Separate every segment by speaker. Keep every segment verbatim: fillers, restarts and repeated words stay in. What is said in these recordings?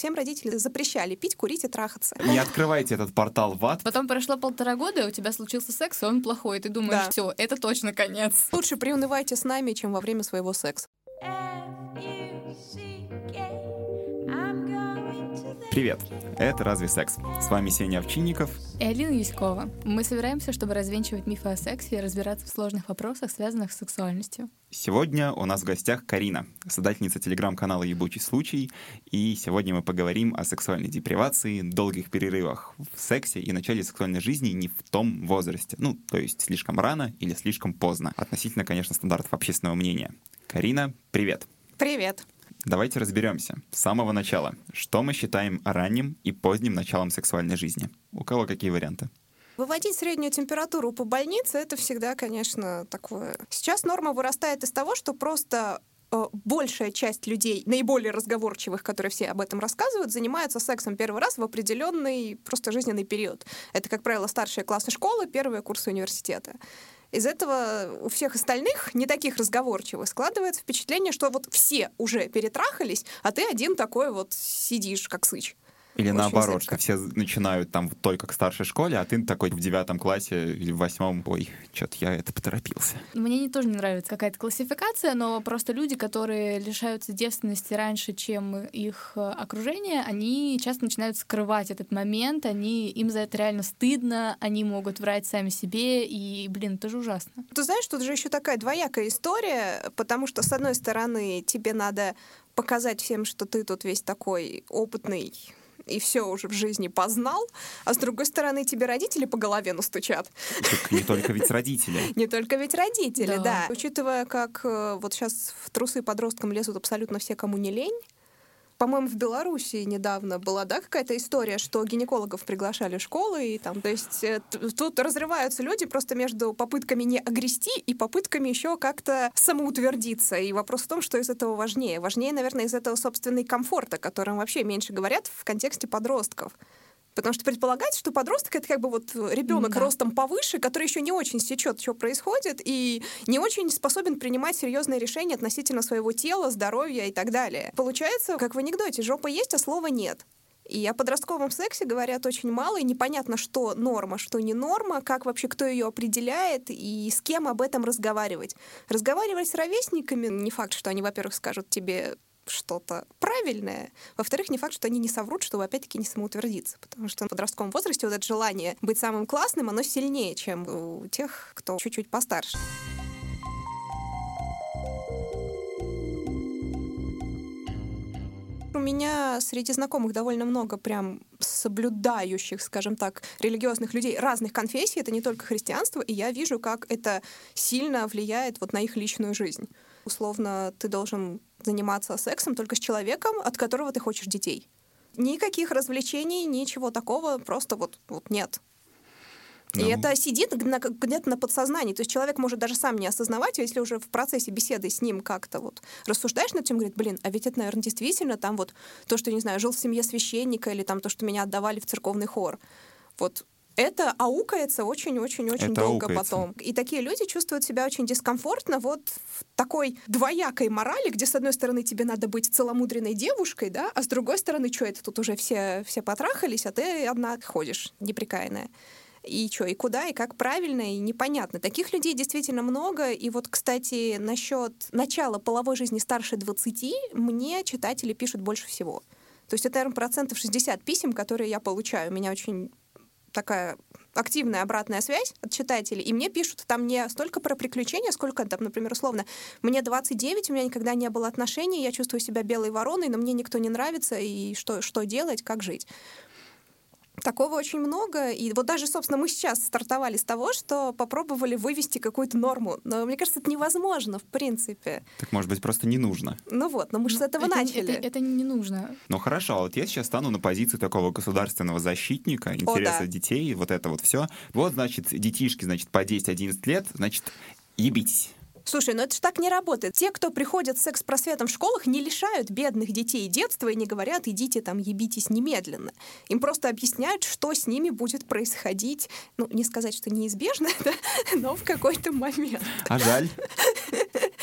Speaker 1: всем родители запрещали пить, курить и трахаться.
Speaker 2: Не открывайте этот портал в ад.
Speaker 3: Потом прошло полтора года, и у тебя случился секс, и он плохой, и ты думаешь,
Speaker 1: Да.
Speaker 3: все, это точно конец.
Speaker 1: Лучше приунывайте с нами, чем во время своего секса.
Speaker 2: Привет, это «Разве секс?». С вами Сеня Овчинников
Speaker 3: И Алина Яськова. Мы собираемся, чтобы развенчивать мифы о сексе и разбираться в сложных вопросах, связанных с сексуальностью.
Speaker 2: Сегодня у нас в гостях Карина, создательница телеграм-канала «Ебучий случай», и сегодня мы поговорим о сексуальной депривации, долгих перерывах в сексе и начале сексуальной жизни не в том возрасте, ну, то есть слишком рано или слишком поздно, относительно, конечно, стандартов общественного мнения. Карина, привет!
Speaker 1: Привет!
Speaker 2: Давайте разберемся с самого начала. Что мы считаем ранним и поздним началом сексуальной жизни? У кого какие варианты?
Speaker 1: Выводить среднюю температуру по больнице — это всегда, конечно, такое. Сейчас норма вырастает из того, что просто э, большая часть людей, наиболее разговорчивых, которые все об этом рассказывают, занимаются сексом первый раз в определенный просто жизненный период. Это, как правило, старшие классы школы, первые курсы университета. Из этого у всех остальных, не таких разговорчивых, складывается впечатление, что вот все уже перетрахались, а ты один такой вот сидишь, как сыч.
Speaker 2: Или
Speaker 1: Очень
Speaker 2: наоборот,
Speaker 1: зыбко.
Speaker 2: что все начинают там только к старшей школе, а ты такой в девятом классе или в восьмом, ой, что-то я это поторопился.
Speaker 3: Мне не, тоже не нравится какая-то классификация, но просто люди, которые лишаются девственности раньше, чем их э, окружение, они часто начинают скрывать этот момент, они, им за это реально стыдно, они могут врать сами себе, и, блин, это же ужасно.
Speaker 1: Ты знаешь, тут же еще такая двоякая история, потому что, с одной стороны, тебе надо показать всем, что ты тут весь такой опытный и все уже в жизни познал, а с другой стороны, тебе родители по голове настучат.
Speaker 2: Так не только ведь родители.
Speaker 1: Не только ведь родители,
Speaker 3: Да.
Speaker 1: да. Учитывая, как э, вот сейчас в трусы подросткам лезут абсолютно все, кому не лень. По-моему, в Белоруссии недавно была, да, какая-то история, что гинекологов приглашали в школы, и там, то есть э, т- тут разрываются люди просто между попытками не огрести и попытками еще как-то самоутвердиться. И вопрос в том, что из этого важнее. Важнее, наверное, из этого собственный комфорт, о котором вообще меньше говорят в контексте подростков. Потому что предполагается, что подросток — это как бы вот ребенок
Speaker 3: Да.
Speaker 1: ростом повыше, который еще не очень сечет, что происходит, и не очень способен принимать серьезные решения относительно своего тела, здоровья и так далее. Получается, как в анекдоте, жопа есть, а слова нет. И о подростковом сексе говорят очень мало, и непонятно, что норма, что не норма, как вообще кто ее определяет и с кем об этом разговаривать. Разговаривать с ровесниками — не факт, что они, во-первых, скажут тебе что-то правильное. Во-вторых, не факт, что они не соврут, чтобы опять-таки не самоутвердиться. Потому что в подростковом возрасте вот это желание быть самым классным, оно сильнее, чем у тех, кто чуть-чуть постарше. У меня среди знакомых довольно много прям соблюдающих, скажем так, религиозных людей разных конфессий. Это не только христианство, и я вижу, как это сильно влияет вот на их личную жизнь. Условно, ты должен заниматься сексом только с человеком, от которого ты хочешь детей. Никаких развлечений, ничего такого, просто вот, вот нет. И
Speaker 2: Ну.
Speaker 1: это сидит на- где-то на подсознании. То есть человек может даже сам не осознавать, а если уже в процессе беседы с ним как-то вот рассуждаешь над этим, говорит, блин, а ведь это, наверное, действительно там вот то, что, не знаю, жил в семье священника или там то, что меня отдавали в церковный хор. Вот это аукается очень-очень-очень
Speaker 2: Это
Speaker 1: долго
Speaker 2: аукается.
Speaker 1: потом. И такие люди чувствуют себя очень дискомфортно вот в такой двоякой морали, где, с одной стороны, тебе надо быть целомудренной девушкой, да, а с другой стороны, что это тут уже все, все потрахались, а ты одна ходишь неприкаянная. И что, и куда, и как правильно, и непонятно. Таких людей действительно много. И вот, кстати, насчет начала половой жизни старше двадцати мне читатели пишут больше всего. То есть это, наверное, процентов шестьдесят писем, которые я получаю. У меня очень такая активная обратная связь от читателей, и мне пишут там не столько про приключения, сколько там, например, условно, мне двадцать девять, у меня никогда не было отношений, я чувствую себя белой вороной, но мне никто не нравится, и что, что делать, как жить. Такого очень много. И вот даже, собственно, мы сейчас стартовали с того, что попробовали вывести какую-то норму. Но мне кажется, это невозможно, в принципе.
Speaker 2: Так, может быть, просто не нужно.
Speaker 1: Ну вот, но мы же с этого
Speaker 3: это,
Speaker 1: начали.
Speaker 3: Это, это не нужно.
Speaker 2: Ну хорошо, а вот я сейчас стану на позицию такого государственного защитника, интереса
Speaker 1: да.
Speaker 2: детей, вот это вот все. Вот, значит, детишки, значит, по десять-одиннадцать лет, значит, ебитесь.
Speaker 1: Слушай, ну это же так не работает. Те, кто приходят с секс-просветом в школах, не лишают бедных детей детства и не говорят, идите там, ебитесь немедленно. Им просто объясняют, что с ними будет происходить. Ну, не сказать, что неизбежно, да, но в какой-то момент.
Speaker 2: А жаль.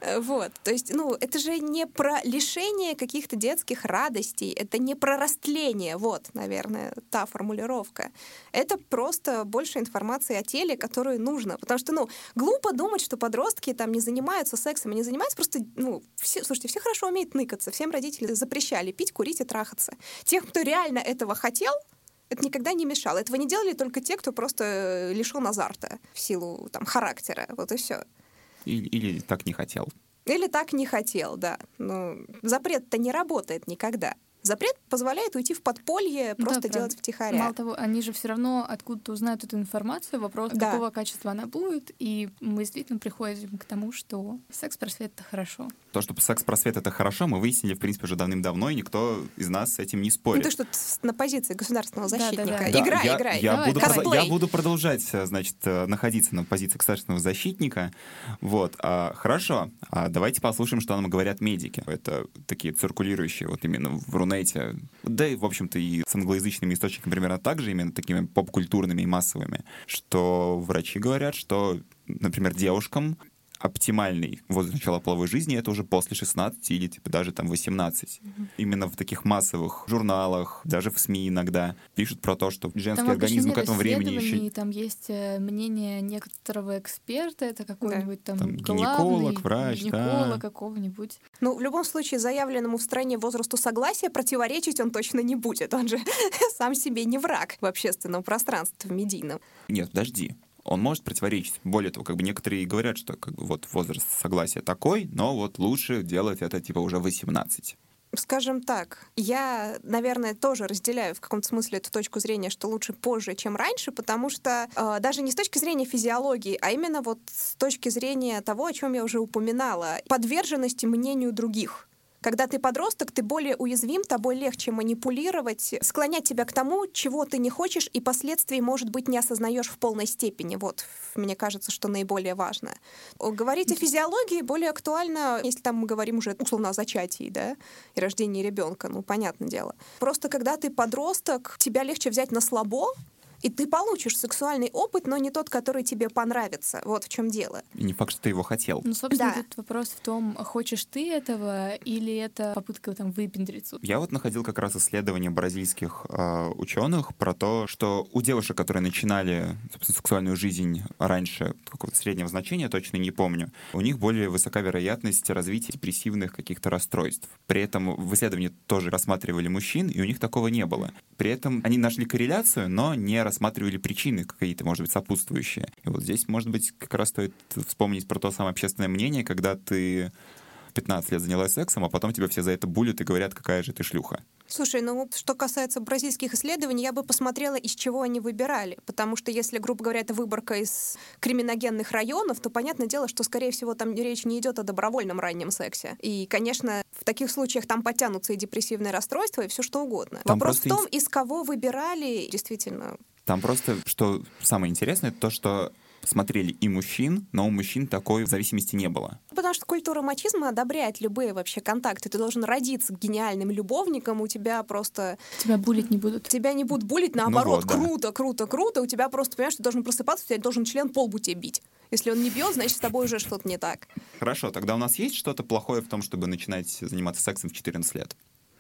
Speaker 1: Вот, то есть, ну, это же не про лишение каких-то детских радостей, это не про растление, вот, наверное, та формулировка. Это просто больше информации о теле, которую нужно. Потому что, ну, глупо думать, что подростки там не занимаются сексом, они занимаются просто, ну, все, слушайте, все хорошо умеют ныкаться, всем родители запрещали пить, курить и трахаться. Тех, кто реально этого хотел, это никогда не мешало. Этого не делали только те, кто просто лишён азарта в силу там характера, вот и все.
Speaker 2: Или, или так не хотел.
Speaker 1: Или так не хотел, да. Но запрет-то не работает никогда. Запрет позволяет уйти в подполье, просто
Speaker 3: да,
Speaker 1: делать
Speaker 3: правда.
Speaker 1: втихаря.
Speaker 3: Мало того, они же все равно откуда-то узнают эту информацию, вопрос,
Speaker 1: Да.
Speaker 3: какого качества она будет, и мы действительно приходим к тому, что секс-просвет — это хорошо.
Speaker 2: То, что секс-просвет — это хорошо, мы выяснили, в принципе, уже давным-давно, и никто из нас с этим не спорит.
Speaker 1: Ну, ты что на позиции государственного защитника.
Speaker 3: Да, да, да.
Speaker 2: Да,
Speaker 1: Играй,
Speaker 2: я,
Speaker 1: играй.
Speaker 2: Я
Speaker 3: Давай,
Speaker 2: буду,
Speaker 3: давай.
Speaker 2: продол- я буду продолжать, значит, находиться на позиции государственного защитника. Вот. А, хорошо. А давайте послушаем, что нам говорят медики. Это такие циркулирующие вот именно в Рунете. Да и, в общем-то, и с англоязычными источниками примерно так же, именно такими поп-культурными и массовыми, что врачи говорят, что, например, девушкам оптимальный возраст начала половой жизни — это уже после шестнадцати или типа даже там восемнадцати. Mm-hmm. Именно в таких массовых журналах, даже в СМИ иногда пишут про то, что женский
Speaker 3: там
Speaker 2: организм к этому времени еще...
Speaker 3: Там есть мнение некоторого эксперта, это какой-нибудь да. там,
Speaker 2: там
Speaker 3: главный
Speaker 2: гинеколог, врач,
Speaker 3: гинеколог
Speaker 2: да.
Speaker 3: какого-нибудь.
Speaker 1: Ну, в любом случае, заявленному в стране возрасту согласия противоречить он точно не будет. Он же сам себе не враг в общественном пространстве, в медийном.
Speaker 2: Нет, подожди. Он может противоречить. Более того, как бы некоторые говорят, что как бы вот возраст согласия такой, но вот лучше делать это типа уже восемнадцать.
Speaker 1: Скажем так, я, наверное, тоже разделяю в каком-то смысле эту точку зрения, что лучше позже, чем раньше, потому что э, даже не с точки зрения физиологии, а именно вот с точки зрения того, о чем я уже упоминала, подверженности мнению других. Когда ты подросток, ты более уязвим, тобой легче манипулировать, склонять тебя к тому, чего ты не хочешь, и последствий, может быть, не осознаешь в полной степени. Вот, мне кажется, что наиболее важно. Говорить о физиологии более актуально, если там мы говорим уже условно о зачатии, да, и рождении ребенка, ну, понятное дело. Просто когда ты подросток, тебя легче взять на слабо, и ты получишь сексуальный опыт, но не тот, который тебе понравится. Вот в чем дело.
Speaker 2: И не факт, что ты его хотел.
Speaker 3: Ну, собственно,
Speaker 1: да.
Speaker 3: тут вопрос в том, хочешь ты этого или это попытка там выпендриться.
Speaker 2: Я вот находил как раз исследования бразильских э, ученых про то, что у девушек, которые начинали, собственно, сексуальную жизнь раньше какого-то среднего значения, точно не помню, у них более высока вероятность развития депрессивных каких-то расстройств. При этом в исследовании тоже рассматривали мужчин, и у них такого не было. При этом они нашли корреляцию, но не рассматривали причины какие-то, может быть, сопутствующие. И вот здесь, может быть, как раз стоит вспомнить про то самое общественное мнение, когда ты пятнадцать лет занялась сексом, а потом тебя все за это булят и говорят, какая же ты шлюха.
Speaker 1: Слушай, ну что касается бразильских исследований, я бы посмотрела, из чего они выбирали. Потому что если, грубо говоря, это выборка из криминогенных районов, то понятное дело, что, скорее всего, там речь не идет о добровольном раннем сексе. И, конечно, в таких случаях там потянутся и депрессивные расстройства, и все что угодно. Там Вопрос в том, ин... из кого выбирали, действительно.
Speaker 2: Там просто, что самое интересное, то, что смотрели и мужчин, но у мужчин такой зависимости не было.
Speaker 1: Потому что культура мачизма одобряет любые вообще контакты. Ты должен родиться гениальным любовником, у тебя просто...
Speaker 3: Тебя булить не будут.
Speaker 1: Тебя не будут булить, наоборот,
Speaker 2: ну вот,
Speaker 1: круто, да. круто, круто. У тебя просто, понимаешь, ты должен просыпаться, у тебя должен член по лбу тебе бить. Если он не бьет, значит, с тобой уже что-то не так.
Speaker 2: Хорошо, тогда у нас есть что-то плохое в том, чтобы начинать заниматься сексом в четырнадцать лет?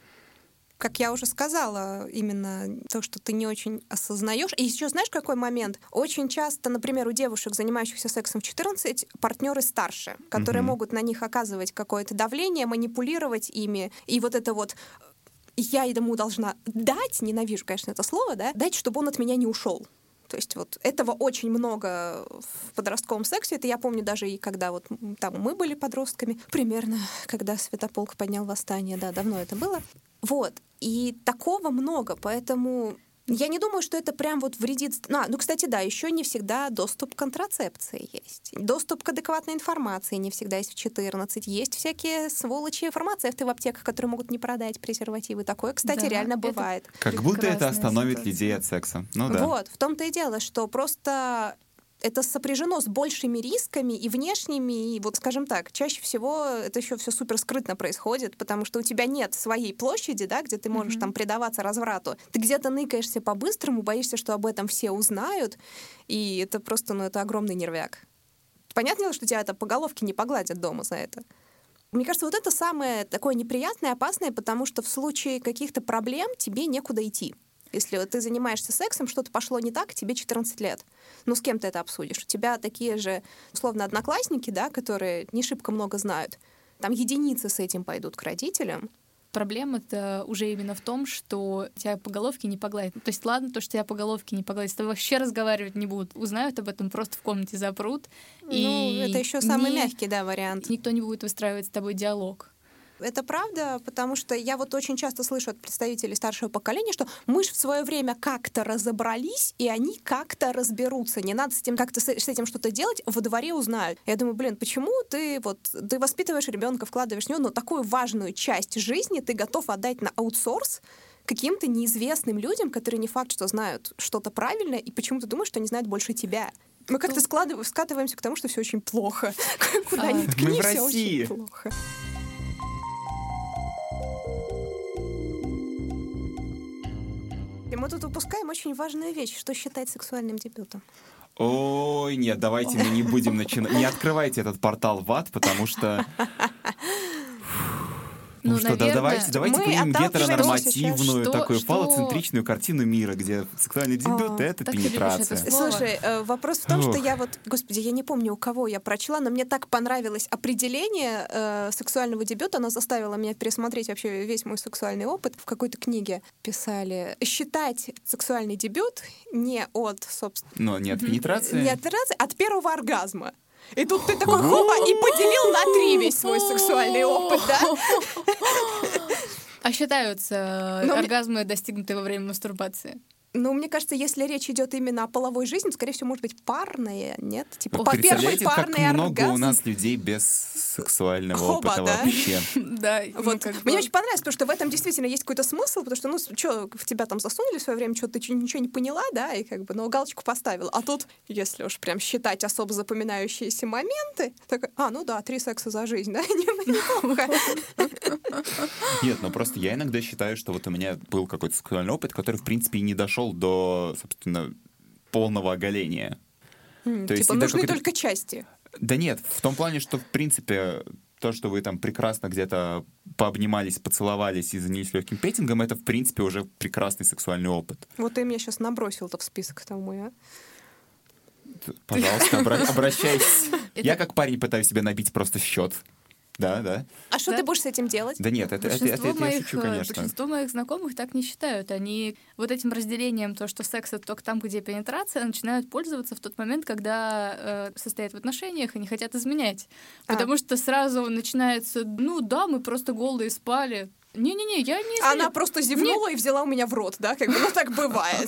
Speaker 1: Как я уже сказала, именно то, что ты не очень осознаешь. И еще знаешь, какой момент? Очень часто, например, у девушек, занимающихся сексом в четырнадцать, партнеры старше, которые mm-hmm. могут на них оказывать какое-то давление, манипулировать ими. И вот это вот я ему должна дать, ненавижу, конечно, это слово, да, дать, чтобы он от меня не ушел. То есть вот этого очень много в подростковом сексе. Это я помню даже и когда вот там мы были подростками, примерно, когда Святополк поднял восстание, да, давно это было. Вот. И такого много, поэтому я не думаю, что это прям вот вредит... А, ну, кстати, да, еще не всегда доступ к контрацепции есть. Доступ к адекватной информации не всегда есть в четырнадцать. Есть всякие сволочи фармацевты в аптеках, которые могут не продать презервативы. Такое, кстати, да, реально бывает.
Speaker 2: Как будто это остановит ситуация. Людей от секса. Ну да.
Speaker 1: Вот, в том-то и дело, что просто... это сопряжено с большими рисками и внешними, и вот, скажем так, чаще всего это еще все супер скрытно происходит, потому что у тебя нет своей площади, да, где ты можешь mm-hmm. там предаваться разврату. Ты где-то ныкаешься по-быстрому, боишься, что об этом все узнают, и это просто, ну, это огромный нервяк. Понятно, что тебя это по головке не погладят дома за это. Мне кажется, вот это самое такое неприятное, опасное, потому что в случае каких-то проблем тебе некуда идти. Если ты занимаешься сексом, что-то пошло не так, тебе четырнадцать лет. Ну, с кем ты это обсудишь? У тебя такие же, условно, одноклассники, да, которые не шибко много знают. Там единицы с этим пойдут к родителям.
Speaker 3: Проблема-то уже именно в том, что тебя по головке не погладят. То есть ладно, то, что тебя по головке не погладят, с тобой вообще разговаривать не будут. Узнают об этом, просто в комнате запрут.
Speaker 1: Ну,
Speaker 3: и
Speaker 1: это еще самый
Speaker 3: не...
Speaker 1: мягкий, да, вариант.
Speaker 3: Никто не будет выстраивать с тобой диалог.
Speaker 1: Это правда, потому что я вот очень часто слышу от представителей старшего поколения, что мы же в свое время как-то разобрались, и они как-то разберутся. Не надо с этим как-то с этим что-то делать, во дворе узнают. Я думаю, блин, почему ты вот ты воспитываешь ребенка, вкладываешь в него, но такую важную часть жизни ты готов отдать на аутсорс каким-то неизвестным людям, которые не факт, что знают что-то правильно, и почему ты думаешь, что они знают больше тебя. Мы как-то складываем, скатываемся к тому, что все очень плохо. Куда ни ткни, все очень плохо. И мы тут упускаем очень важную вещь, что считать сексуальным дебютом.
Speaker 2: Ой, нет, давайте мы не будем начинать. Не открывайте этот портал в ад, потому что... Ну, ну что,
Speaker 3: наверное,
Speaker 2: да, давайте, давайте примем гетеронормативную, такую
Speaker 3: что...
Speaker 2: фалоцентричную картину мира, где сексуальный дебют — это пенетрация.
Speaker 1: Это Слушай, э, вопрос в том, Ох. что я вот, господи, я не помню, у кого я прочла, но мне так понравилось определение э, сексуального дебюта, оно заставило меня пересмотреть вообще весь мой сексуальный опыт. В какой-то книге писали: считать сексуальный дебют не от, собственно...
Speaker 2: Но не от пенетрации?
Speaker 1: Не от пенетрации, от первого оргазма. И тут ты такой хопа и поделил на три весь свой сексуальный опыт, да?
Speaker 3: А считаются
Speaker 1: Но
Speaker 3: оргазмы, мне... достигнутые во время мастурбации?
Speaker 1: Ну, мне кажется, если речь идет именно о половой жизни, скорее всего, может быть, парная, нет? Типа,
Speaker 2: вот
Speaker 1: по первой
Speaker 2: как
Speaker 1: парный
Speaker 2: много
Speaker 1: оргазм.
Speaker 2: У нас людей без сексуального
Speaker 1: Хоба,
Speaker 2: опыта
Speaker 1: да?
Speaker 2: вообще.
Speaker 3: Да.
Speaker 1: Вот. Мне очень понравилось, потому что в этом действительно есть какой-то смысл, потому что, ну, что в тебя там засунули в свое время, что ты ничего не поняла, да, и как бы, ну, галочку поставил. А тут, если уж прям считать особо запоминающиеся моменты, такой, а, ну да, три секса за жизнь, да, неплохо.
Speaker 2: Нет, ну просто я иногда считаю, что вот у меня был какой-то сексуальный опыт, который, в принципе, и не дошел до, собственно, полного оголения.
Speaker 1: Mm, То типа есть, нужны да, только части.
Speaker 2: Да нет, в том плане, что, в принципе, то, что вы там прекрасно где-то пообнимались, поцеловались и занялись легким петингом, это, в принципе, уже прекрасный сексуальный опыт.
Speaker 1: Вот ты меня сейчас набросил-то в список там мой, а?
Speaker 2: Пожалуйста, обра- обращайтесь. Я как парень пытаюсь себе набить просто счет. Да, да.
Speaker 1: А что
Speaker 3: да?
Speaker 1: ты будешь с этим делать?
Speaker 2: Да нет, это, это, это, это
Speaker 3: моих,
Speaker 2: я шучу, конечно.
Speaker 3: Большинство моих знакомых так не считают. Они вот этим разделением, то, что секс — это только там, где пенетрация, начинают пользоваться в тот момент, когда э, состоят в отношениях и не хотят изменять. А. Потому что сразу начинается, ну да, мы просто голые спали. Не-не-не, я не изменяю.
Speaker 1: Она просто зевнула не... и взяла у меня в рот, да? Как бы, ну так бывает.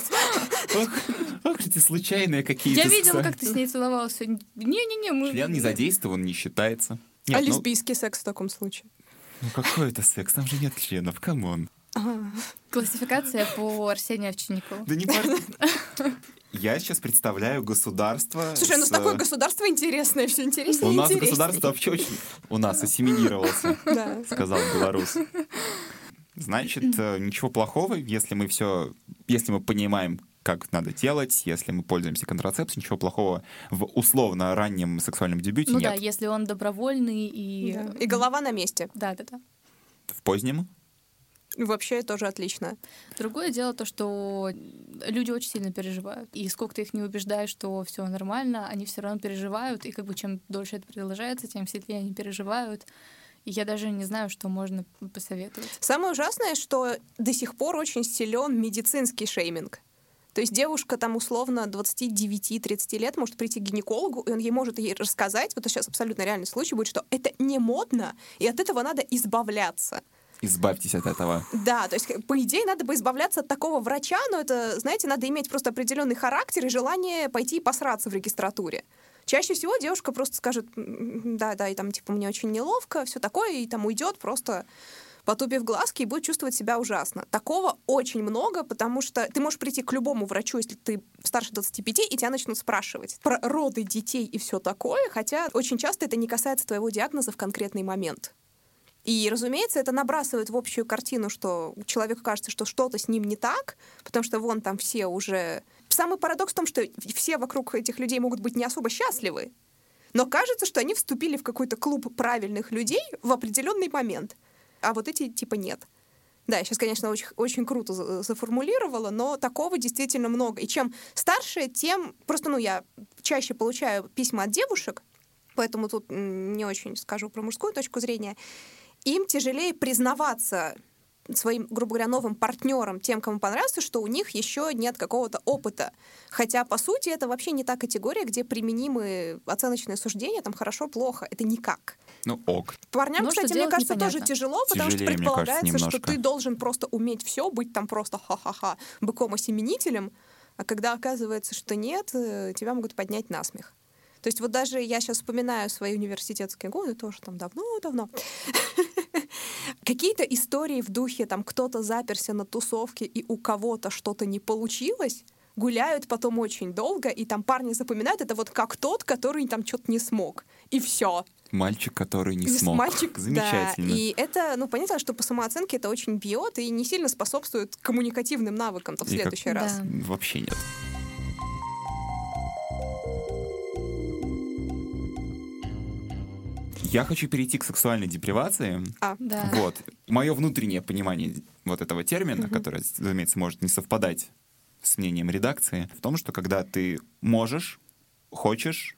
Speaker 2: Ох, эти случайные какие-то...
Speaker 3: Я видела, как ты с ней целовалась. Не-не-не, мы...
Speaker 2: Член не задействован, не считается.
Speaker 1: Нет, а ну... лесбийский секс в таком случае?
Speaker 2: Ну какой это секс? Там же нет членов, камон.
Speaker 1: Ага.
Speaker 3: Классификация по Арсению Овчинникову.
Speaker 2: Да не пар... Я сейчас представляю государство...
Speaker 1: Слушай,
Speaker 2: с...
Speaker 1: ну с такое государство интересное, все интереснее
Speaker 2: У
Speaker 1: и
Speaker 2: нас
Speaker 1: интереснее.
Speaker 2: государство вообще очень... У нас ассимилировался, сказал белорус. Значит, ничего плохого, если мы все... Если мы понимаем, как надо делать, если мы пользуемся контрацепцией, ничего плохого в условно раннем сексуальном дебюте
Speaker 3: ну
Speaker 2: нет.
Speaker 3: Ну да, если он добровольный и...
Speaker 1: Да. И голова на месте.
Speaker 3: Да-да-да.
Speaker 2: В позднем?
Speaker 1: Вообще тоже отлично.
Speaker 3: Другое дело то, что люди очень сильно переживают. И сколько ты их не убеждаешь, что все нормально, они все равно переживают. И как бы чем дольше это продолжается, тем сильнее они переживают. И я даже не знаю, что можно посоветовать.
Speaker 1: Самое ужасное, что до сих пор очень силен медицинский шейминг. То есть девушка там условно двадцать девять тридцать лет может прийти к гинекологу, и он ей может ей рассказать, вот это сейчас абсолютно реальный случай будет, что это не модно, и от этого надо избавляться.
Speaker 2: Избавьтесь от этого.
Speaker 1: Да, то есть, по идее, надо бы избавляться от такого врача, но это, знаете, надо иметь просто определенный характер и желание пойти и посраться в регистратуре. Чаще всего девушка просто скажет, да, да, и там, типа, мне очень неловко, все такое, и там уйдет просто потупив глазки и будет чувствовать себя ужасно. Такого очень много, потому что ты можешь прийти к любому врачу, если ты старше двадцати пяти, и тебя начнут спрашивать про роды детей и все такое, хотя очень часто это не касается твоего диагноза в конкретный момент. И, разумеется, это набрасывает в общую картину, что человеку кажется, что что-то с ним не так, потому что вон там все уже... Самый парадокс в том, что все вокруг этих людей могут быть не особо счастливы. Но кажется, что они вступили в какой-то клуб правильных людей в определенный момент. А вот эти типа нет. Да, я сейчас, конечно, очень, очень круто за- заформулировала, но такого действительно много. И чем старше, тем... Просто, ну, я чаще получаю письма от девушек, поэтому тут не очень скажу про мужскую точку зрения. Им тяжелее признаваться своим, грубо говоря, новым партнерам, тем, кому понравился, что у них еще нет какого-то опыта. Хотя, по сути, это вообще не та категория, где применимы оценочные суждения, там хорошо-плохо. Это никак.
Speaker 2: Ну, ок.
Speaker 1: Парням,
Speaker 3: Но
Speaker 1: кстати,
Speaker 3: что
Speaker 1: мне
Speaker 3: делать,
Speaker 1: кажется,
Speaker 3: непонятно.
Speaker 1: тоже тяжело, потому
Speaker 2: Тяжелее,
Speaker 1: что
Speaker 2: мне кажется,
Speaker 1: предполагается, что
Speaker 2: немножко.
Speaker 1: ты должен просто уметь все, быть там просто ха-ха-ха, быком-осеменителем, а когда оказывается, что нет, э, тебя могут поднять на смех. То есть вот даже я сейчас вспоминаю свои университетские годы, тоже там давно-давно, какие-то истории в духе, там кто-то заперся на тусовке, и у кого-то что-то не получилось, гуляют потом очень долго, и там парни запоминают, это вот как тот, который там что-то не смог. И все.
Speaker 2: Мальчик, который не смог.
Speaker 1: Мальчик,
Speaker 2: Замечательно.
Speaker 1: да. И это, ну, понятно, что по самооценке это очень бьет и не сильно способствует коммуникативным навыкам-то в
Speaker 2: И как-
Speaker 1: следующий раз.
Speaker 3: Да.
Speaker 2: Вообще нет. Я хочу перейти к сексуальной депривации.
Speaker 3: Да.
Speaker 2: Вот. Мое внутреннее понимание вот этого термина,
Speaker 1: Мгм.
Speaker 2: которое, разумеется, может не совпадать с мнением редакции, в том, что когда ты можешь, хочешь,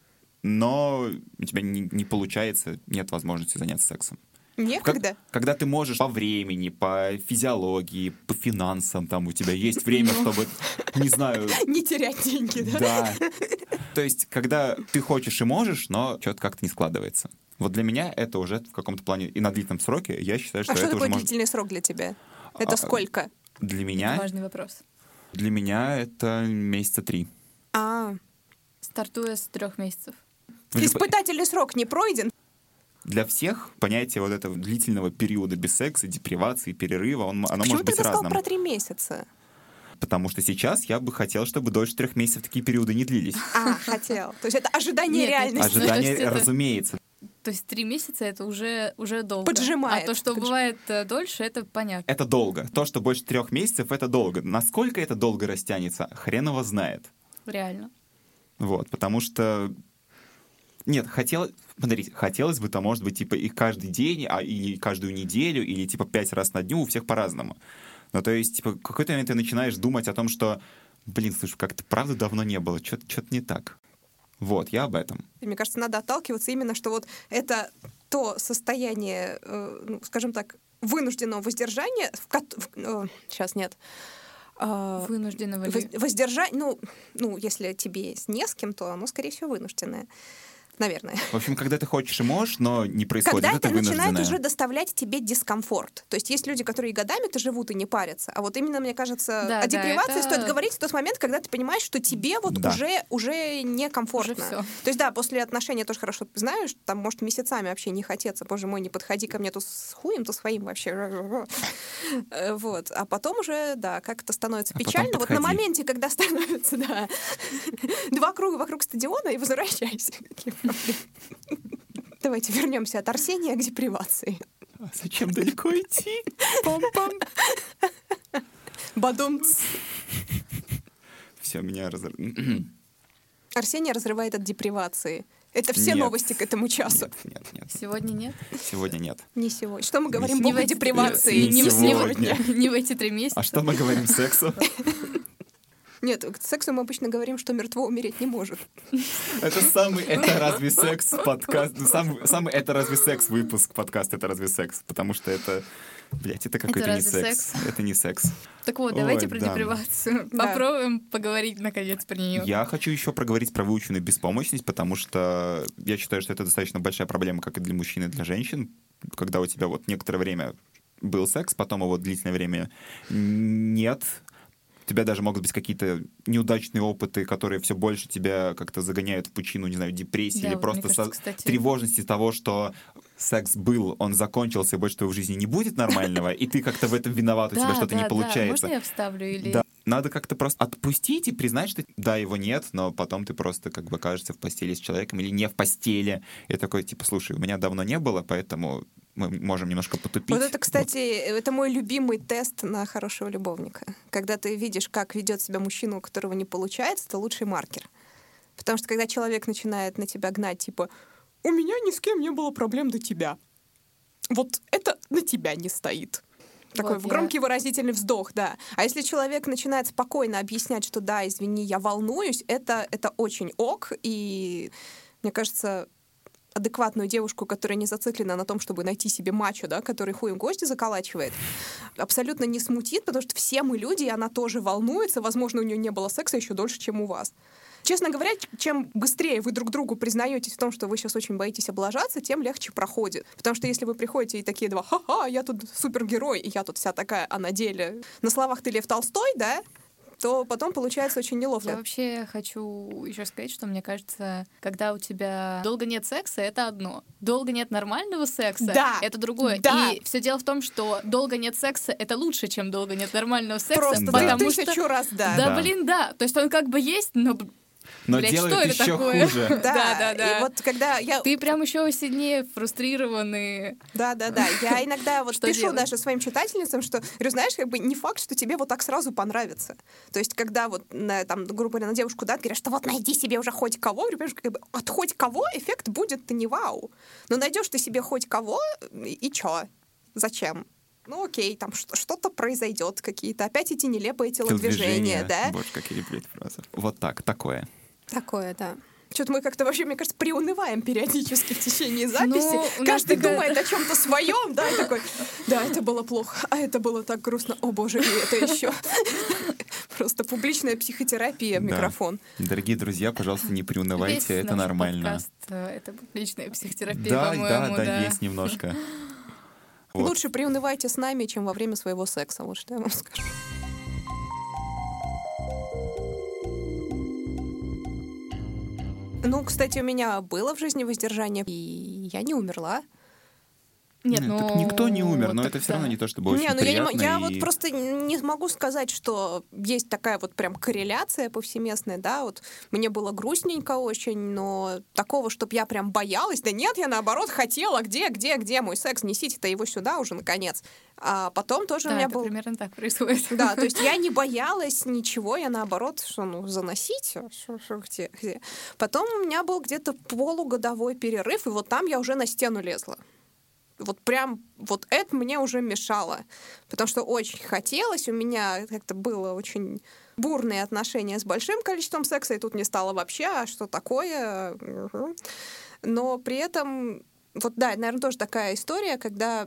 Speaker 2: но у тебя не, не получается, нет возможности заняться сексом.
Speaker 1: Некогда.
Speaker 2: Как- когда ты можешь по времени, по физиологии, по финансам, там у тебя есть время, чтобы, не знаю,
Speaker 1: Не терять деньги, да?
Speaker 2: да. То есть, когда ты хочешь и можешь, но что-то как-то не складывается. Вот для меня это уже в каком-то плане и на длительном сроке, я считаю, что
Speaker 1: А что
Speaker 2: это
Speaker 1: такое
Speaker 2: уже может...
Speaker 1: длительный срок для тебя? Это
Speaker 2: А,
Speaker 1: сколько?
Speaker 2: Для
Speaker 3: Это
Speaker 2: меня,
Speaker 3: важный вопрос.
Speaker 2: для меня это месяца три.
Speaker 1: А,
Speaker 3: Стартуя с трех месяцев.
Speaker 2: Вы же
Speaker 1: испытательный срок не пройден?
Speaker 2: Для всех понятие вот этого длительного периода без секса, депривации, перерыва, он, оно
Speaker 1: Почему
Speaker 2: может
Speaker 1: ты
Speaker 2: быть
Speaker 1: сказал
Speaker 2: разным.
Speaker 1: про три месяца?
Speaker 2: Потому что сейчас я бы хотел, чтобы дольше трех месяцев такие периоды не длились.
Speaker 1: А, хотел. То есть это ожидание
Speaker 3: Нет,
Speaker 1: реальности.
Speaker 3: Ну, то
Speaker 2: Ожидание,
Speaker 3: есть это-
Speaker 2: разумеется.
Speaker 3: То есть три месяца это уже, уже долго.
Speaker 1: Поджимает.
Speaker 3: А то, что
Speaker 1: Подж-
Speaker 3: бывает э, дольше, это понятно.
Speaker 2: Это долго. То, что больше трех месяцев, это долго. Насколько это долго растянется, хрен его знает.
Speaker 3: Реально.
Speaker 2: Вот, потому что... Нет, хотелось... Смотрите, хотелось бы, то может быть, типа, и каждый день, а или каждую неделю, или, типа, пять раз на дню, у всех по-разному. Ну, то есть, типа, в какой-то момент ты начинаешь думать о том, что, блин, слушай, как-то правда давно не было, что-то, что-то не так. Вот, я об этом.
Speaker 1: И мне кажется, надо отталкиваться именно, что вот это то состояние, э, ну, скажем так, вынужденного воздержания, в, кот- в- э, сейчас нет, А,
Speaker 3: Вынужденного ли?
Speaker 1: воз- воздержать, ну, ну, если тебе не с кем, то оно, скорее всего, вынужденное. Наверное.
Speaker 2: В общем, когда ты хочешь и можешь, но не происходит,
Speaker 1: Когда
Speaker 2: это
Speaker 1: это начинает
Speaker 2: вынужденное.
Speaker 1: уже доставлять тебе дискомфорт. То есть есть люди, которые годами-то живут и не парятся. А вот именно, мне кажется,
Speaker 3: Да,
Speaker 1: о
Speaker 3: да,
Speaker 1: депривации
Speaker 3: это-
Speaker 1: стоит говорить в тот момент, когда ты понимаешь, что тебе вот
Speaker 2: Да.
Speaker 1: уже, уже некомфортно.
Speaker 3: Уже всё.
Speaker 1: То есть да, после отношений я тоже хорошо знаю, что там может месяцами вообще не хотеться. Боже мой, не подходи ко мне то с хуем, то своим вообще. Э, Вот. А потом уже, да, как это становится
Speaker 2: А потом
Speaker 1: печально. Вот на
Speaker 2: подходи.
Speaker 1: моменте, когда становится, да, два круга вокруг стадиона и возвращайся. Какие проблемы. Давайте вернемся от Арсения к депривации.
Speaker 2: А зачем далеко идти? Пам-пам.
Speaker 1: Бадумц.
Speaker 2: Все, меня разор...
Speaker 1: Арсения разрывает от депривации. Это все
Speaker 2: Нет.
Speaker 1: новости к этому часу.
Speaker 2: Нет, нет, нет.
Speaker 3: Сегодня нет.
Speaker 2: Сегодня нет.
Speaker 1: Не сегодня. Что мы говорим
Speaker 2: Не
Speaker 1: Богу
Speaker 3: в эти-
Speaker 1: депривации?
Speaker 2: не
Speaker 1: Не
Speaker 3: не,
Speaker 2: сегодня.
Speaker 3: в- не в эти три месяца.
Speaker 2: А что мы говорим сексу?
Speaker 1: Нет, к сексу мы обычно говорим, что мертво умереть не может.
Speaker 2: Это самый «Это разве секс» подкаст. ну, Самый, самый «Это разве секс» выпуск подкаста «Это разве секс». Потому что это... Блять, это какой-то не
Speaker 3: разве
Speaker 2: секс.
Speaker 3: секс?
Speaker 2: Это не секс.
Speaker 3: Так вот,
Speaker 2: Ой,
Speaker 3: давайте про
Speaker 2: да.
Speaker 3: депривацию.
Speaker 1: Да.
Speaker 3: Попробуем поговорить наконец про нее.
Speaker 2: Я хочу еще проговорить про выученную беспомощность, потому что я считаю, что это достаточно большая проблема как и для мужчин, и для женщин. Когда у тебя вот некоторое время был секс, потом его длительное время нет. У тебя даже могут быть какие-то неудачные опыты, которые все больше тебя как-то загоняют в пучину, не знаю, депрессии
Speaker 3: Да,
Speaker 2: или
Speaker 3: вот
Speaker 2: просто
Speaker 3: мне кажется,
Speaker 2: со-
Speaker 3: кстати-
Speaker 2: тревожности того, что секс был, он закончился, и больше твоего в жизни не будет нормального, и ты как-то в этом виноват, у тебя
Speaker 3: Да,
Speaker 2: что-то
Speaker 3: да,
Speaker 2: не
Speaker 3: да.
Speaker 2: получается.
Speaker 3: Можно я вставлю? Или...
Speaker 2: Да, надо как-то просто отпустить и признать, что да, его нет, но потом ты просто как бы окажешься в постели с человеком или не в постели. И такой, типа, слушай, у меня давно не было, поэтому мы можем немножко потупить.
Speaker 1: Вот это, кстати, это мой любимый тест на хорошего любовника. Когда ты видишь, как ведет себя мужчина, у которого не получается, это лучший маркер. Потому что когда человек начинает на тебя гнать, типа, у меня ни с кем не было проблем до тебя. Вот это на тебя не стоит. Такой
Speaker 3: Вот
Speaker 1: громкий
Speaker 3: я...
Speaker 1: выразительный вздох, да. А если человек начинает спокойно объяснять, что да, извини, я волнуюсь, это, это очень ок. И мне кажется, адекватную девушку, которая не зациклена на том, чтобы найти себе мачо, да, который хуем гвозди заколачивает, абсолютно не смутит, потому что все мы люди, и она тоже волнуется. Возможно, у нее не было секса еще дольше, чем у вас. Честно говоря, чем быстрее вы друг другу признаетесь в том, что вы сейчас очень боитесь облажаться, тем легче проходит. Потому что если вы приходите и такие два «ха-ха, я тут супергерой, и я тут вся такая, а на деле на словах ты Лев Толстой», да, то потом получается очень неловко.
Speaker 3: Я вообще хочу еще сказать, что мне кажется, когда у тебя долго нет секса, это одно. Долго нет нормального секса,
Speaker 1: да.
Speaker 3: это другое.
Speaker 1: Да.
Speaker 3: И все дело в том, что долго нет секса, это лучше, чем долго нет нормального секса.
Speaker 1: Просто
Speaker 3: потому
Speaker 1: тысячу
Speaker 3: что...
Speaker 1: раз, да.
Speaker 3: да.
Speaker 2: Да,
Speaker 3: блин, да. То есть он как бы есть, но...
Speaker 2: Но
Speaker 3: Блядь,
Speaker 2: делает
Speaker 3: что это
Speaker 2: еще
Speaker 3: такое?
Speaker 2: хуже.
Speaker 1: Да,
Speaker 3: Да, да, да.
Speaker 1: И вот когда я...
Speaker 3: Ты прям еще сильнее фрустрированный.
Speaker 1: Да, да, да. Я иногда вот
Speaker 3: Что
Speaker 1: пишу
Speaker 3: делать?
Speaker 1: даже своим читательницам, что, говорю, знаешь, как бы не факт, что тебе вот так сразу понравится. То есть, когда вот, на, там, грубо говоря, на девушку, да, говорят, что вот найди себе уже хоть кого, говорю, понимаешь, как бы от хоть кого эффект будет-то не вау. Но найдешь ты себе хоть кого, и, и чё? Зачем? Ну окей, там что-то произойдет, какие-то опять эти нелепые телодвижения, да?
Speaker 2: Боже, как я люблю эту фразу. Вот так, такое.
Speaker 1: Такое, да. Что-то мы как-то вообще, мне кажется, приунываем периодически в течение записи.
Speaker 3: Ну,
Speaker 1: Каждый
Speaker 3: такая...
Speaker 1: думает о чем-то своем, да, и такой, да, это было плохо, а это было так грустно, о боже, и это еще. Просто публичная психотерапия в микрофон.
Speaker 2: Дорогие друзья, пожалуйста, не приунывайте,
Speaker 3: Весь
Speaker 2: это
Speaker 3: наш
Speaker 2: нормально.
Speaker 3: подкаст, это публичная психотерапия,
Speaker 2: Да,
Speaker 3: по-моему,
Speaker 2: да, да,
Speaker 3: да.
Speaker 2: есть немножко. Вот.
Speaker 1: Лучше приунывайте с нами, чем во время своего секса, вот что я вам скажу. Ну, кстати, у меня было в жизни воздержание, и я не умерла.
Speaker 3: Нет,
Speaker 2: Нет,
Speaker 3: ну...
Speaker 2: так никто не умер, но
Speaker 3: так
Speaker 2: это все
Speaker 3: да.
Speaker 2: равно не то, чтобы очень
Speaker 1: не, ну я, не,
Speaker 2: приятно.
Speaker 1: я
Speaker 2: и...
Speaker 1: вот просто не могу сказать, что есть такая вот прям корреляция повсеместная, да, вот мне было грустненько очень, но такого, чтобы я прям боялась, да нет, я наоборот хотела, где, где, где мой секс, несите-то его сюда уже, наконец. А потом тоже
Speaker 3: да,
Speaker 1: у меня
Speaker 3: это
Speaker 1: был...
Speaker 3: примерно так происходит.
Speaker 1: Да, то есть я не боялась ничего, я наоборот, что, ну, заносить, шо, шо, где, где. Потом у меня был где-то полугодовой перерыв, и вот там я уже на стену лезла. Вот прям вот это мне уже мешало, потому что очень хотелось, у меня как-то было очень бурные отношения с большим количеством секса, и тут не стало вообще, а что такое? Но при этом, вот да, наверное, тоже такая история, когда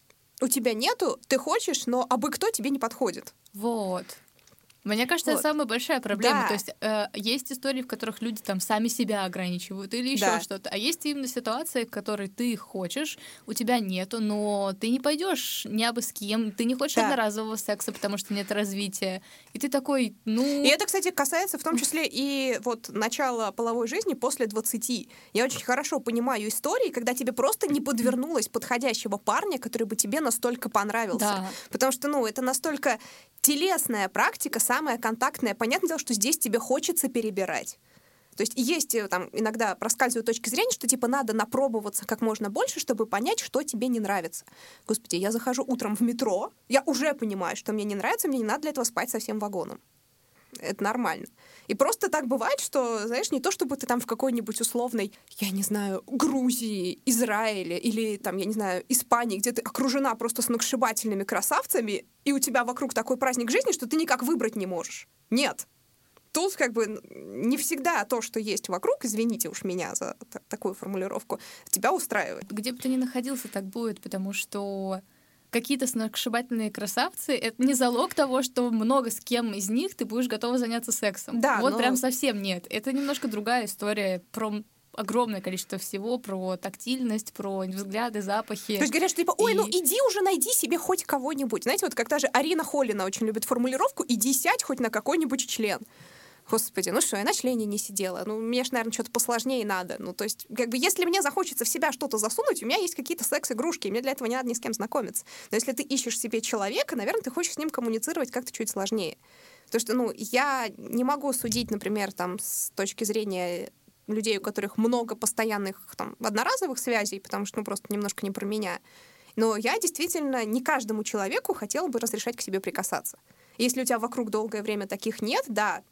Speaker 1: у тебя нету, ты хочешь, но абы кто тебе не подходит.
Speaker 3: Вот. Мне кажется,
Speaker 1: Вот.
Speaker 3: это самая большая проблема.
Speaker 1: Да.
Speaker 3: То есть э, есть истории, в которых люди там сами себя ограничивают или еще
Speaker 1: Да.
Speaker 3: что-то. А есть именно ситуации, в которой ты хочешь, у тебя нету, но ты не пойдешь ни абы с кем, ты не хочешь
Speaker 1: Да.
Speaker 3: одноразового секса, потому что нет развития. И ты такой, ну...
Speaker 1: И это, кстати, касается в том числе и вот начала половой жизни после двадцати. Я очень хорошо понимаю истории, когда тебе просто не подвернулось подходящего парня, который бы тебе настолько понравился.
Speaker 3: Да.
Speaker 1: Потому что, ну, это настолько телесная практика, самая контактная. Понятное дело, что здесь тебе хочется перебирать. То есть есть э, там иногда проскальзывают точки зрения, что типа надо напробоваться как можно больше, чтобы понять, что тебе не нравится. Господи, я захожу утром в метро, я уже понимаю, что мне не нравится, мне не надо для этого спать со всем вагоном. Это нормально. И просто так бывает, что, знаешь, не то, чтобы ты там в какой-нибудь условной, я не знаю, Грузии, Израиле или там, я не знаю, Испании, где ты окружена просто сногсшибательными красавцами, и у тебя вокруг такой праздник жизни, что ты никак выбрать не можешь. Нет. Тут как бы не всегда то, что есть вокруг, извините уж меня за та- такую формулировку, тебя устраивает.
Speaker 3: Где бы ты ни находился, так будет, потому что какие-то сногсшибательные красавцы — это не залог того, что много с кем из них ты будешь готова заняться сексом.
Speaker 1: Да,
Speaker 3: вот
Speaker 1: но-
Speaker 3: прям совсем нет. Это немножко другая история про огромное количество всего, про тактильность, про взгляды, запахи.
Speaker 1: То есть говорят, что типа, ой,
Speaker 3: И-
Speaker 1: ну иди уже найди себе хоть кого-нибудь. Знаете, вот как та же Арина Холина очень любит формулировку «иди сядь хоть на какой-нибудь член». Господи, ну что, я на члене не сидела. Ну, мне ж, наверное, что-то посложнее надо. Ну, то есть, как бы, если мне захочется в себя что-то засунуть, у меня есть какие-то секс-игрушки, и мне для этого не надо ни с кем знакомиться. Но если ты ищешь себе человека, наверное, ты хочешь с ним коммуницировать как-то чуть сложнее. Потому что, ну, я не могу судить, например, там, с точки зрения людей, у которых много постоянных, там, одноразовых связей, потому что, ну, просто немножко не про меня. Но я действительно не каждому человеку хотела бы разрешать к себе прикасаться. Если у тебя вокруг долгое время таких нет, да,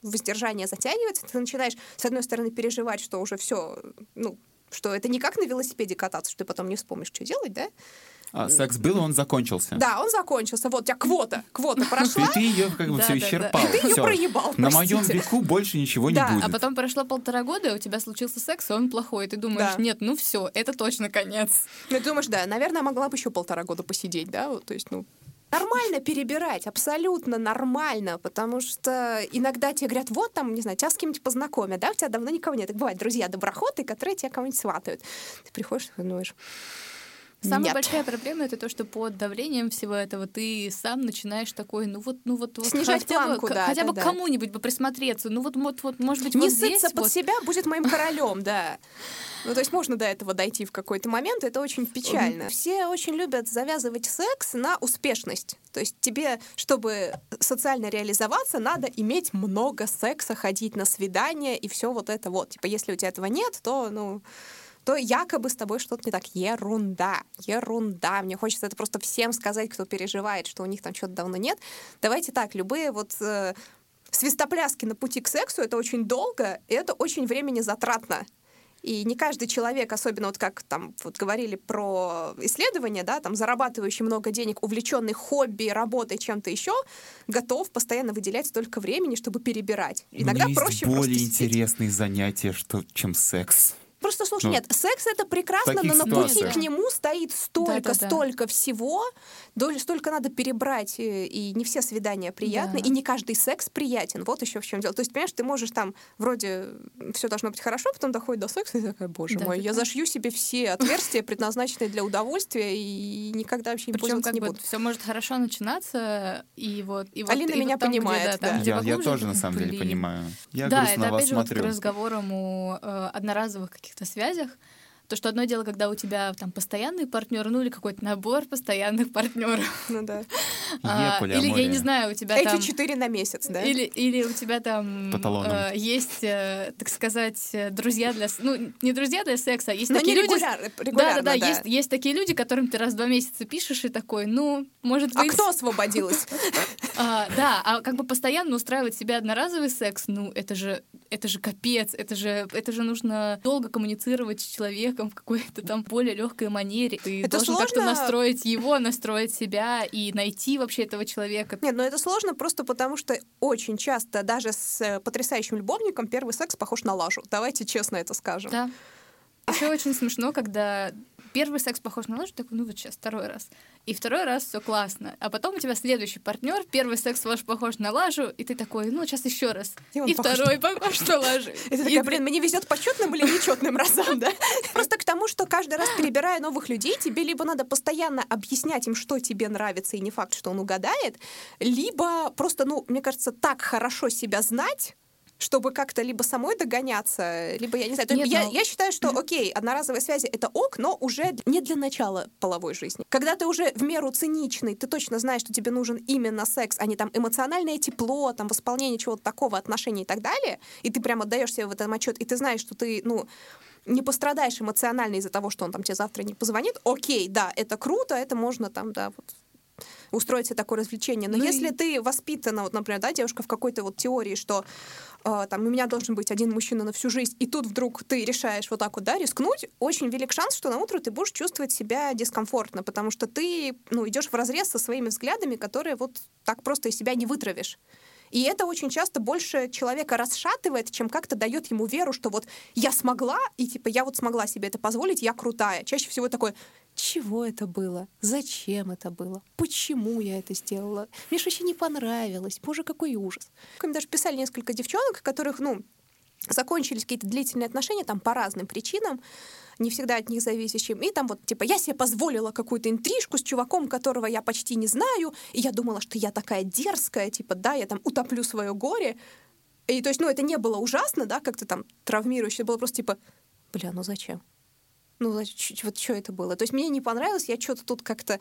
Speaker 1: воздержание затягивается, ты начинаешь, с одной стороны, переживать, что уже все, ну, что это не как на велосипеде кататься, что ты потом не вспомнишь, что делать, да?
Speaker 2: А секс был, он закончился.
Speaker 1: Да, он закончился. Вот у тебя квота, квота прошла.
Speaker 2: И ты ее как бы
Speaker 3: Да,
Speaker 2: все
Speaker 3: да, да.
Speaker 2: исчерпал.
Speaker 1: И ты её
Speaker 2: Всё.
Speaker 1: проебал,
Speaker 2: На
Speaker 1: простите.
Speaker 2: моем веку больше ничего
Speaker 1: Да,
Speaker 2: не будет.
Speaker 3: А потом прошло полтора года, и у тебя случился секс, и он плохой. И ты думаешь,
Speaker 1: Да.
Speaker 3: нет, ну все, это точно конец.
Speaker 1: Ну, ты думаешь, да, наверное, могла бы еще полтора года посидеть, да, вот, то есть, ну, нормально перебирать, абсолютно нормально, потому что иногда тебе говорят, вот там, не знаю, тебя с кем-нибудь познакомят, да, у тебя давно никого нет. Так бывают друзья-доброходы, которые тебя кого-нибудь сватают. Ты приходишь и думаешь,
Speaker 3: Самая
Speaker 1: нет.
Speaker 3: большая проблема — это то, что под давлением всего этого ты сам начинаешь такой, ну вот, ну вот, вот
Speaker 1: Снижать
Speaker 3: хотя бы,
Speaker 1: планку,
Speaker 3: к-
Speaker 1: да,
Speaker 3: хотя
Speaker 1: да,
Speaker 3: бы
Speaker 1: да.
Speaker 3: кому-нибудь бы присмотреться, ну вот, вот, вот может быть,
Speaker 1: Не
Speaker 3: вот здесь
Speaker 1: сыться под
Speaker 3: вот.
Speaker 1: себя будет моим королем, да. Ну, то есть можно до этого дойти в какой-то момент, это очень печально. Все очень любят завязывать секс на успешность. То есть тебе, чтобы социально реализоваться, надо иметь много секса, ходить на свидания и все вот это вот. Типа, если у тебя этого нет, то, ну, то якобы с тобой что-то не так. Ерунда, ерунда. Мне хочется это просто всем сказать, кто переживает, что у них там что-то давно нет. Давайте так, любые вот э, свистопляски на пути к сексу — это очень долго, и это очень времени затратно. И не каждый человек, особенно вот как там вот говорили про исследования, да, там зарабатывающий много денег, увлеченный хобби, работой, чем-то еще, готов постоянно выделять столько времени, чтобы перебирать. Иногда
Speaker 2: У меня
Speaker 1: проще
Speaker 2: есть
Speaker 1: просто
Speaker 2: более
Speaker 1: сидеть.
Speaker 2: интересные занятия, что, чем секс.
Speaker 1: Просто, слушай,
Speaker 2: Ну,
Speaker 1: нет, секс — это прекрасно,
Speaker 2: таких
Speaker 1: но на пути
Speaker 2: ситуациях.
Speaker 1: к нему стоит столько,
Speaker 3: Да-да-да.
Speaker 1: столько всего, дол- столько надо перебрать, и, и не все свидания приятны,
Speaker 3: Да.
Speaker 1: и не каждый секс приятен. Вот еще в чем дело. То есть, понимаешь, ты можешь там, вроде, все должно быть хорошо, потом доходит до секса, и ты такая, боже
Speaker 3: Да,
Speaker 1: мой,
Speaker 3: да,
Speaker 1: я
Speaker 3: да.
Speaker 1: зашью себе все отверстия, предназначенные для удовольствия, и никогда вообще им
Speaker 3: Причем
Speaker 1: пользоваться
Speaker 3: как
Speaker 1: не
Speaker 3: бы
Speaker 1: буду.
Speaker 3: все может хорошо начинаться, и вот... И вот
Speaker 1: Алина
Speaker 3: и вот
Speaker 1: меня
Speaker 3: там, где,
Speaker 1: понимает,
Speaker 3: да, там,
Speaker 1: да.
Speaker 3: где
Speaker 2: Я, я
Speaker 3: поглубже,
Speaker 2: тоже, на самом деле,
Speaker 3: блин.
Speaker 2: понимаю. Я
Speaker 3: Да,
Speaker 2: грустно
Speaker 3: это
Speaker 2: вас
Speaker 3: опять же вот
Speaker 2: смотрю.
Speaker 3: к разговорам о э, одноразовых каких-то связях. То, что одно дело, когда у тебя там постоянный партнер, ну или какой-то набор постоянных партнеров.
Speaker 1: Ну да.
Speaker 3: А, или, я
Speaker 2: полиамория.
Speaker 3: не знаю, у тебя
Speaker 1: Эти
Speaker 3: там...
Speaker 1: четыре на месяц, да?
Speaker 3: Или, или у тебя там
Speaker 2: По талонам.
Speaker 3: э, есть, э, так сказать, э, друзья для... с- Ну, не друзья для секса, а есть
Speaker 1: Но
Speaker 3: такие
Speaker 1: не
Speaker 3: люди...
Speaker 1: регуляр- регулярно,
Speaker 3: Да-да-да,
Speaker 1: да.
Speaker 3: есть, есть такие люди, которым ты раз в два месяца пишешь и такой, ну, может
Speaker 1: А
Speaker 3: быть...
Speaker 1: кто освободилась?
Speaker 3: А, да, а как бы постоянно устраивать себе одноразовый секс, ну, это же, это же капец, это же, это же нужно долго коммуницировать с человеком в какой-то там более легкой манере. Ты
Speaker 1: Это
Speaker 3: должен как-то
Speaker 1: сложно.
Speaker 3: настроить его, настроить себя и найти вообще этого человека.
Speaker 1: Нет, но это сложно просто потому, что очень часто даже с э, потрясающим любовником первый секс похож на лажу. Давайте честно это скажем.
Speaker 3: Да. Еще очень смешно, когда первый секс похож на ложь, такой, ну вот сейчас, второй раз. И второй раз все классно. А потом у тебя следующий партнер, первый секс ваш похож на лажу, и ты такой, ну сейчас еще раз.
Speaker 1: И
Speaker 3: И,
Speaker 1: он похож
Speaker 3: второй похож на лажу.
Speaker 1: И ты
Speaker 3: И
Speaker 1: такая, блин, мне везет по четным или нечетным разам, да? Просто к тому, что каждый раз, перебирая новых людей, тебе либо надо постоянно объяснять им, что тебе нравится, и не факт, что он угадает, либо просто, ну, мне кажется, так хорошо себя знать, чтобы как-то либо самой догоняться, либо, я не знаю. То есть
Speaker 3: Нет,
Speaker 1: я,
Speaker 3: ну-
Speaker 1: я считаю, что, окей, одноразовые связи — это ок, но уже не для начала половой жизни. Когда ты уже в меру циничный, ты точно знаешь, что тебе нужен именно секс, а не там эмоциональное тепло, там восполнение чего-то такого, отношений и так далее, и ты прямо отдаешь себе в этом отчет, и ты знаешь, что ты, ну, не пострадаешь эмоционально из-за того, что он там тебе завтра не позвонит, окей, да, это круто, это можно там, да, вот устроить себе такое развлечение. Но
Speaker 3: Ну
Speaker 1: если
Speaker 3: и-
Speaker 1: ты воспитана, вот, например, да, девушка в какой-то вот теории, что э, там у меня должен быть один мужчина на всю жизнь, и тут вдруг ты решаешь вот так вот, да, рискнуть, очень велик шанс, что на утро ты будешь чувствовать себя дискомфортно, потому что ты, ну, идешь вразрез со своими взглядами, которые вот так просто из себя не вытравишь. И это очень часто больше человека расшатывает, чем как-то дает ему веру, что вот я смогла, и типа я вот смогла себе это позволить, я крутая. Чаще всего такое, чего это было? Зачем это было? Почему я это сделала? Мне же вообще не понравилось. Боже, какой ужас. Мне даже писали несколько девчонок, которых, ну, закончились какие-то длительные отношения там по разным причинам, не всегда от них зависящим. И там вот, типа, я себе позволила какую-то интрижку с чуваком, которого я почти не знаю, и я думала, что я такая дерзкая, типа, да, я там утоплю свое горе. И то есть, ну, это не было ужасно, да, как-то там травмирующе, это было просто типа, бля, ну зачем? Ну, зачем? Вот что это было? То есть мне не понравилось, я что-то тут как-то...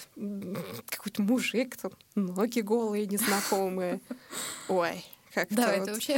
Speaker 1: м, Какой-то мужик, тут ноги голые, незнакомые. Ой, как-то
Speaker 3: Да,
Speaker 1: вот.
Speaker 3: это вообще...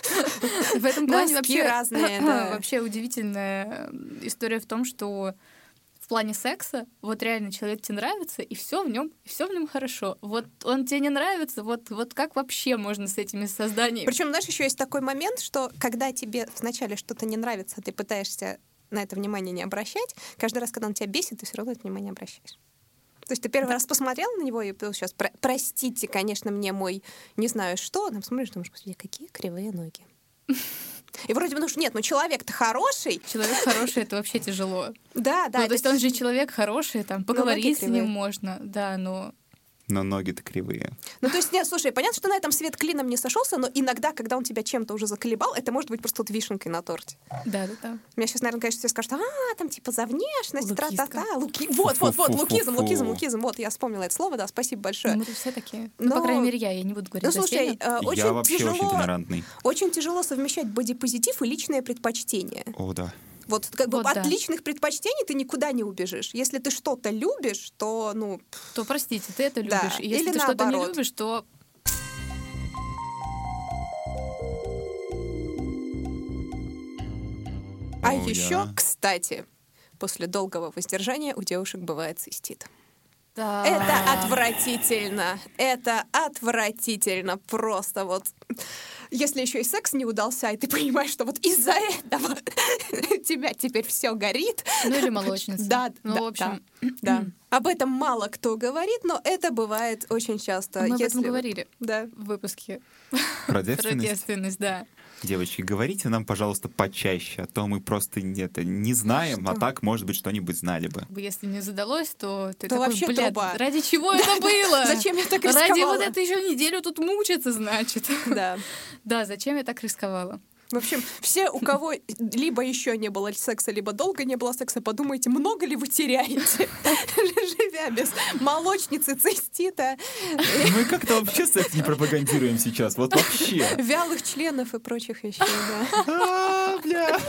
Speaker 3: В этом плане
Speaker 1: Носки
Speaker 3: вообще...
Speaker 1: разные, да.
Speaker 3: Вообще удивительная история в том, что плане секса, вот реально человек тебе нравится, и все в нем, все в нем хорошо. Вот он тебе не нравится, вот, вот как вообще можно с этими созданиями?
Speaker 1: Причем, знаешь, еще есть такой момент, что когда тебе вначале что-то не нравится, ты пытаешься на это внимание не обращать, каждый раз, когда он тебя бесит, ты все равно это внимание обращаешь. То есть ты первый да. раз посмотрел на него и сейчас, про- простите, конечно, мне мой не знаю что, там смотришь, думаешь, господи, какие кривые ноги. И вроде бы, ну нет, ну человек-то хороший.
Speaker 3: Человек хороший, это вообще тяжело.
Speaker 1: Да, да.
Speaker 3: Ну, то есть он же человек хороший, там, поговорить с ним можно, да, но...
Speaker 2: Но ноги-то кривые.
Speaker 1: Ну, то есть, нет, слушай, понятно, что на этом свет клином не сошелся, но иногда, когда он тебя чем-то уже заколебал, это может быть просто вот вишенкой на торте.
Speaker 3: Да, да, да.
Speaker 1: Меня сейчас, наверное, конечно, все скажут, а, там типа за внешность,
Speaker 3: Лукистка.
Speaker 1: тра-та-та, луки... Вот, вот, вот, лукизм, лукизм, лукизм. Вот, я вспомнила это слово, да, спасибо большое.
Speaker 3: Ну, мы тут все такие.
Speaker 1: Но...
Speaker 3: Ну, по крайней мере, я, я не буду говорить
Speaker 1: ну,
Speaker 3: за
Speaker 1: слушай,
Speaker 3: Сеню.
Speaker 1: э, очень
Speaker 2: я вообще
Speaker 1: тяжело,
Speaker 2: очень толерантный.
Speaker 1: Очень тяжело совмещать бодипозитив и личное предпочтение.
Speaker 2: О, да.
Speaker 1: Вот как бы
Speaker 3: Вот,
Speaker 1: от
Speaker 3: да.
Speaker 1: личных предпочтений ты никуда не убежишь. Если ты что-то любишь, то, ну...
Speaker 3: То, простите, ты это любишь.
Speaker 1: Да.
Speaker 3: И если
Speaker 1: Или
Speaker 3: ты что-то не
Speaker 1: наоборот.
Speaker 3: любишь, то...
Speaker 1: А
Speaker 2: О,
Speaker 1: еще,
Speaker 2: да.
Speaker 1: кстати, после долгого воздержания у девушек бывает цистит.
Speaker 3: Да.
Speaker 1: Это отвратительно. Это отвратительно. Просто вот... Если еще и секс не удался, и ты понимаешь, что вот из-за этого тебя теперь все горит.
Speaker 3: Ну или молочница.
Speaker 1: Да,
Speaker 3: ну,
Speaker 1: да,
Speaker 3: в общем...
Speaker 1: да. Об этом мало кто говорит, но это бывает очень часто.
Speaker 3: Мы об
Speaker 1: если...
Speaker 3: этом говорили
Speaker 1: Да.
Speaker 3: в выпуске.
Speaker 2: Про девственность?
Speaker 3: Про девственность, да.
Speaker 2: Девочки, говорите нам, пожалуйста, почаще, а то мы просто это не знаем,
Speaker 1: Что?
Speaker 2: а так, может быть, что-нибудь знали бы.
Speaker 3: Если не задалось, то ты
Speaker 1: То
Speaker 3: такой,
Speaker 1: вообще
Speaker 3: блядь,
Speaker 1: труба.
Speaker 3: ради чего это было?
Speaker 1: Зачем я так рисковала?
Speaker 3: Ради вот это еще неделю тут мучиться, значит.
Speaker 1: Да.
Speaker 3: Да, зачем я так рисковала?
Speaker 1: В общем, все, у кого либо еще не было секса, либо долго не было секса, подумайте, много ли вы теряете, живя без молочницы, цистита,
Speaker 2: Мы как-то вообще секс не пропагандируем сейчас, вот вообще.
Speaker 1: вялых членов и прочих вещей. Да.
Speaker 2: А, бля.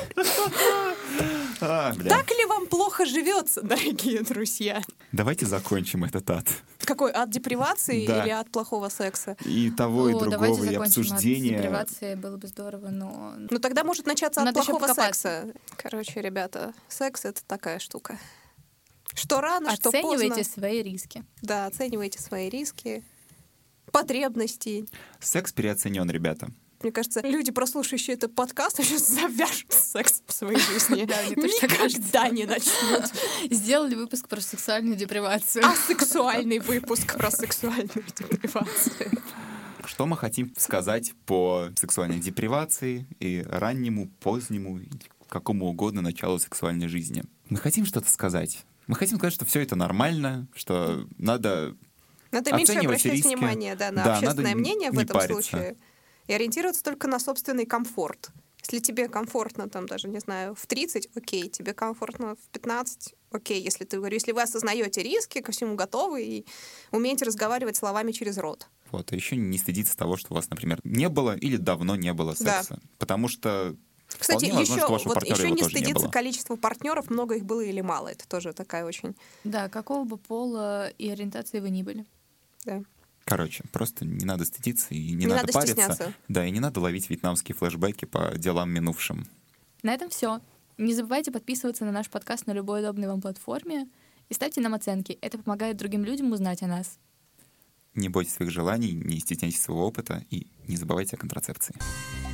Speaker 2: А, бля.
Speaker 1: Так ли вам плохо живется, дорогие друзья?
Speaker 2: Давайте закончим этот ад.
Speaker 1: Какой, от депривации
Speaker 2: Да.
Speaker 1: или от плохого секса?
Speaker 2: И того, и
Speaker 3: О,
Speaker 2: другого,
Speaker 3: давайте
Speaker 2: и
Speaker 3: закончим от
Speaker 2: обсуждения.
Speaker 3: депривации, было бы здорово, но...
Speaker 1: Ну тогда может начаться от
Speaker 3: Надо ещё
Speaker 1: плохого
Speaker 3: покопаться.
Speaker 1: секса. Короче, ребята, секс — это такая штука. Что рано, что
Speaker 3: Оценивайте
Speaker 1: поздно.
Speaker 3: свои риски.
Speaker 1: Да, оценивайте свои риски, потребности.
Speaker 2: Секс переоценен, ребята.
Speaker 1: Мне кажется, люди, прослушающие этот подкаст, сейчас завяжут секс в своей жизни.
Speaker 3: Да, мне тоже так
Speaker 1: Никогда не начнут.
Speaker 3: Сделали выпуск про сексуальную депривацию.
Speaker 1: Асексуальный выпуск про сексуальную депривацию.
Speaker 2: Что мы хотим сказать по сексуальной депривации и раннему, позднему, и какому угодно началу сексуальной жизни? Мы хотим что-то сказать. Мы хотим сказать, что все это нормально, что надо
Speaker 1: Надо меньше
Speaker 2: оценивать
Speaker 1: обращать
Speaker 2: риски.
Speaker 1: внимание да, на
Speaker 2: Да,
Speaker 1: общественное
Speaker 2: надо
Speaker 1: мнение в
Speaker 2: не
Speaker 1: этом
Speaker 2: париться.
Speaker 1: случае и ориентироваться только на собственный комфорт. Если тебе комфортно, там даже, не знаю, в тридцать, окей, тебе комфортно в пятнадцать, окей, если ты говорю, если вы осознаете риски, ко всему готовы и умеете разговаривать словами через рот.
Speaker 2: Вот, а еще не стыдиться того, что у вас, например, не было или давно не было
Speaker 1: Да.
Speaker 2: секса. Потому что
Speaker 1: Кстати,
Speaker 2: вполне возможно,
Speaker 1: еще,
Speaker 2: что у вашего
Speaker 1: вот,
Speaker 2: партнера
Speaker 1: еще
Speaker 2: его
Speaker 1: не
Speaker 2: тоже не
Speaker 1: стыдиться
Speaker 2: было.
Speaker 1: количества партнеров, много их было или мало. Это тоже такая очень...
Speaker 3: Да, какого бы пола и ориентации вы ни были.
Speaker 1: Да.
Speaker 2: Короче, просто не надо стыдиться и не,
Speaker 1: Не
Speaker 2: надо,
Speaker 1: надо
Speaker 2: париться.
Speaker 1: стесняться.
Speaker 2: Да, и не надо ловить вьетнамские флешбеки по делам минувшим.
Speaker 3: На этом все. Не забывайте подписываться на наш подкаст на любой удобной вам платформе и ставьте нам оценки. Это помогает другим людям узнать о нас.
Speaker 2: Не бойтесь своих желаний, не стесняйтесь своего опыта и не забывайте о контрацепции.